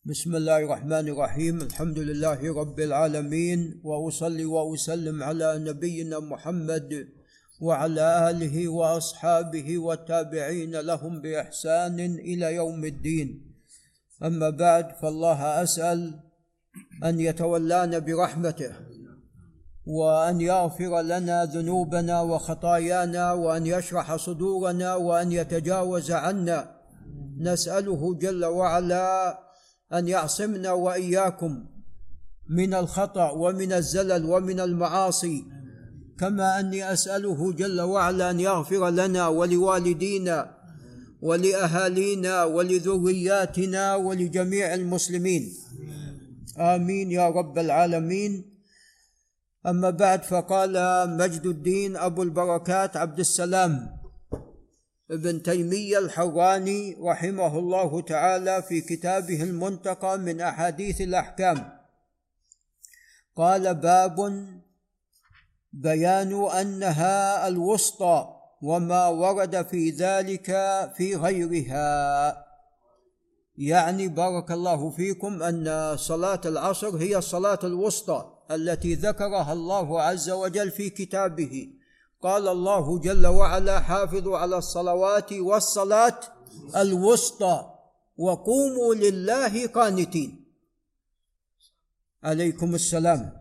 بسم الله الرحمن الرحيم. الحمد لله رب العالمين، وأصلي وأسلم على نبينا محمد وعلى آله وأصحابه والتابعين لهم بإحسان إلى يوم الدين. أما بعد، فالله أسأل أن يتولانا برحمته، وأن يغفر لنا ذنوبنا وخطايانا، وأن يشرح صدورنا، وأن يتجاوز عنا. نسأله جل وعلا أن يعصمنا وإياكم من الخطأ ومن الزلل ومن المعاصي، كما أني أسأله جل وعلا أن يغفر لنا ولوالدينا ولأهالينا ولذرياتنا ولجميع المسلمين، آمين يا رب العالمين. أما بعد، فقال مجد الدين أبو البركات عبد السلام ابن تيمية الحراني رحمه الله تعالى في كتابه المنتقى من أحاديث الأحكام، قال: باب بيان أنها الوسطى وما ورد في ذلك في غيرها. يعني بارك الله فيكم أن صلاة العصر هي الصلاة الوسطى التي ذكرها الله عز وجل في كتابه. قال الله جل وعلا: حافظوا على الصلوات والصلاة الوسطى وقوموا لله قانتين. عليكم السلام.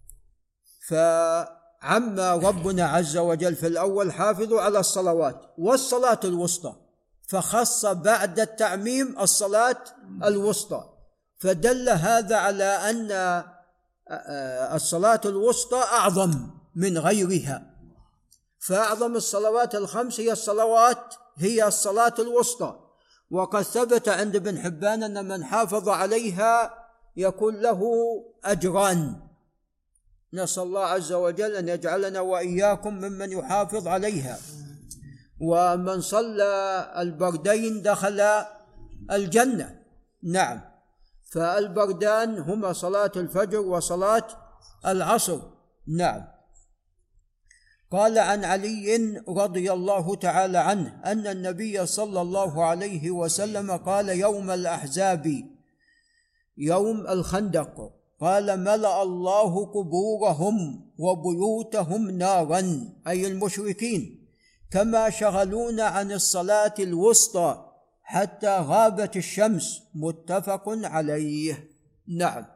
فعم ربنا عز وجل في الأول: حافظوا على الصلوات والصلاة الوسطى، فخص بعد التعميم الصلاة الوسطى، فدل هذا على أن الصلاة الوسطى أعظم من غيرها، فأعظم الصلوات الخمس هي الصلاة الوسطى. وقد ثبت عند ابن حبان أن من حافظ عليها يكون له أجران. نسأل الله عز وجل أن يجعلنا وإياكم ممن يحافظ عليها. ومن صلى البردين دخل الجنة. نعم، فالبردان هما صلاة الفجر وصلاة العصر. نعم. قال عن علي رضي الله تعالى عنه أن النبي صلى الله عليه وسلم قال يوم الأحزاب يوم الخندق، قال: ملأ الله قبورهم وبيوتهم نارا، أي المشركين، كما شغلون عن الصلاة الوسطى حتى غابت الشمس. متفق عليه. نعم.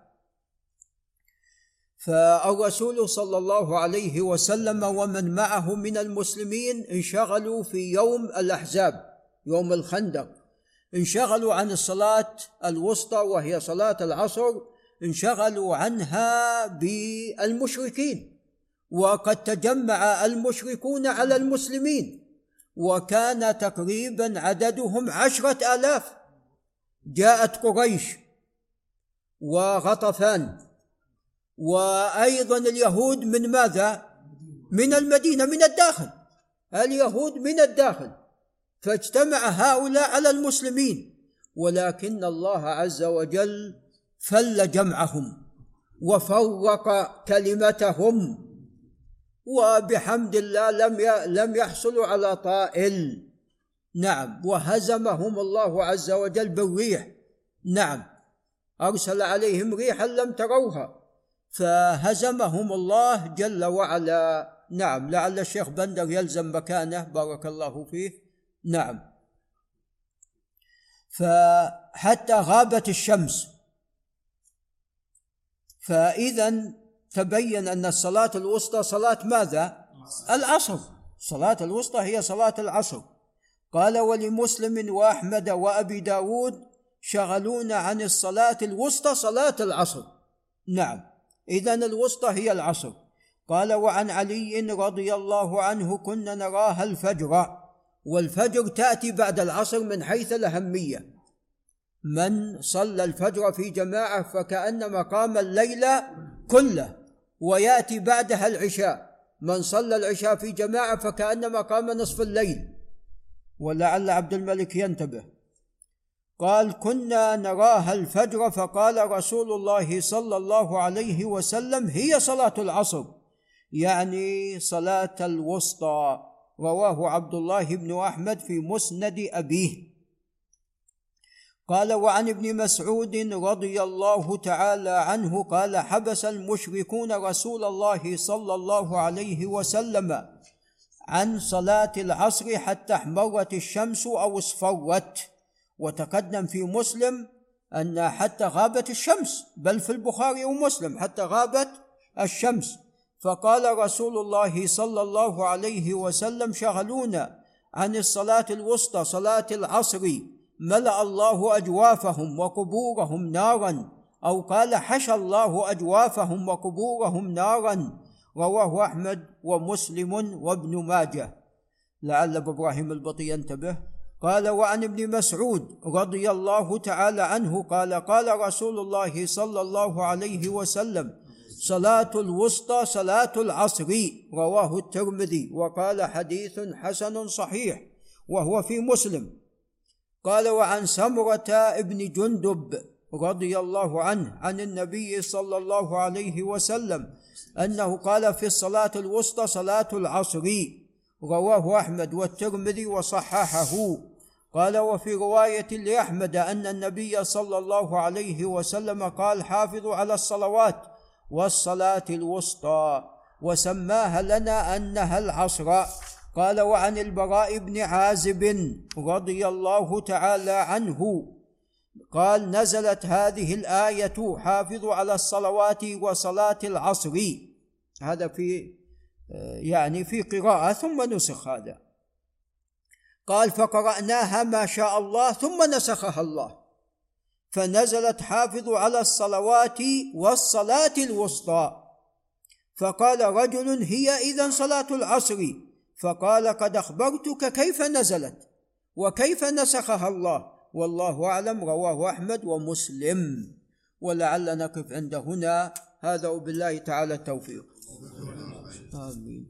فالرسول صلى الله عليه وسلم ومن معه من المسلمين انشغلوا في يوم الأحزاب يوم الخندق، انشغلوا عن الصلاة الوسطى وهي صلاة العصر، انشغلوا عنها بالمشركين، وقد تجمع المشركون على المسلمين، وكان تقريبا عددهم 10,000. جاءت قريش وغطفان وأيضا اليهود من ماذا؟ من المدينة، من الداخل، اليهود من الداخل، فاجتمع هؤلاء على المسلمين، ولكن الله عز وجل فل جمعهم وفرق كلمتهم، وبحمد الله لم يحصلوا على طائل. نعم. وهزمهم الله عز وجل بالريح. نعم، أرسل عليهم ريحا لم تروها، فهزمهم الله جل وعلا. نعم. لعل الشيخ بندر يلزم مكانه، بارك الله فيه. نعم. فحتى غابت الشمس. فإذا تبين أن الصلاة الوسطى صلاة ماذا؟ العصر. صلاة الوسطى هي صلاة العصر. قال: ولمسلم وأحمد وأبي داود شغلون عن الصلاة الوسطى صلاة العصر. نعم، إذن الوسطى هي العصر. قال: وعن علي رضي الله عنه كنا نراها الفجر، والفجر تأتي بعد العصر من حيث الأهمية. من صلى الفجر في جماعة فكأنما قام الليل كله، ويأتي بعدها العشاء. من صلى العشاء في جماعة فكأنما قام نصف الليل. ولعل عبد الملك ينتبه. قال: كنا نراها الفجر، فقال رسول الله صلى الله عليه وسلم: هي صلاة العصر، يعني صلاة الوسطى. رواه عبد الله بن أحمد في مسند أبيه. قال وعن ابن مسعود رضي الله تعالى عنه قال حبس المشركون رسول الله صلى الله عليه وسلم عن صلاة العصر حتى احمرت الشمس أو اصفرت. وتقدم في مسلم أن حتى غابت الشمس، بل في البخاري ومسلم حتى غابت الشمس. فقال رسول الله صلى الله عليه وسلم شغلونا عن الصلاة الوسطى صلاة العصر ملأ الله أجوافهم وقبورهم نارا، أو قال حشى الله أجوافهم وقبورهم نارا. رواه أحمد ومسلم وابن ماجه. لعل إبراهيم البطي ينتبه. قال وعن ابن مسعود رضي الله تعالى عنه قال قال رسول الله صلى الله عليه وسلم صلاة الوسطى صلاة العصر. رواه الترمذي وقال حديث حسن صحيح، وهو في مسلم. قال وعن سمرة ابن جندب رضي الله عنه عن النبي صلى الله عليه وسلم أنه قال في الصلاة الوسطى صلاة العصر. رواه أحمد والترمذي وصححه. قال وفي رواية لأحمد أن النبي صلى الله عليه وسلم قال حافظوا على الصلوات والصلاة الوسطى، وسماها لنا أنها العصر. قال وعن البراء بن عازب رضي الله تعالى عنه قال نزلت هذه الآية حافظوا على الصلوات وصلاة العصر. هذا في قراءة ثم نسخ هذا. قال فقرأناها ما شاء الله ثم نسخها الله فنزلت حافظوا على الصلوات والصلاة الوسطى. فقال رجل هي إذن صلاة العصر؟ فقال قد أخبرتك كيف نزلت وكيف نسخها الله، والله أعلم. رواه أحمد ومسلم. ولعل نقف عند هنا. هذا وبالله تعالى التوفيق. آمين.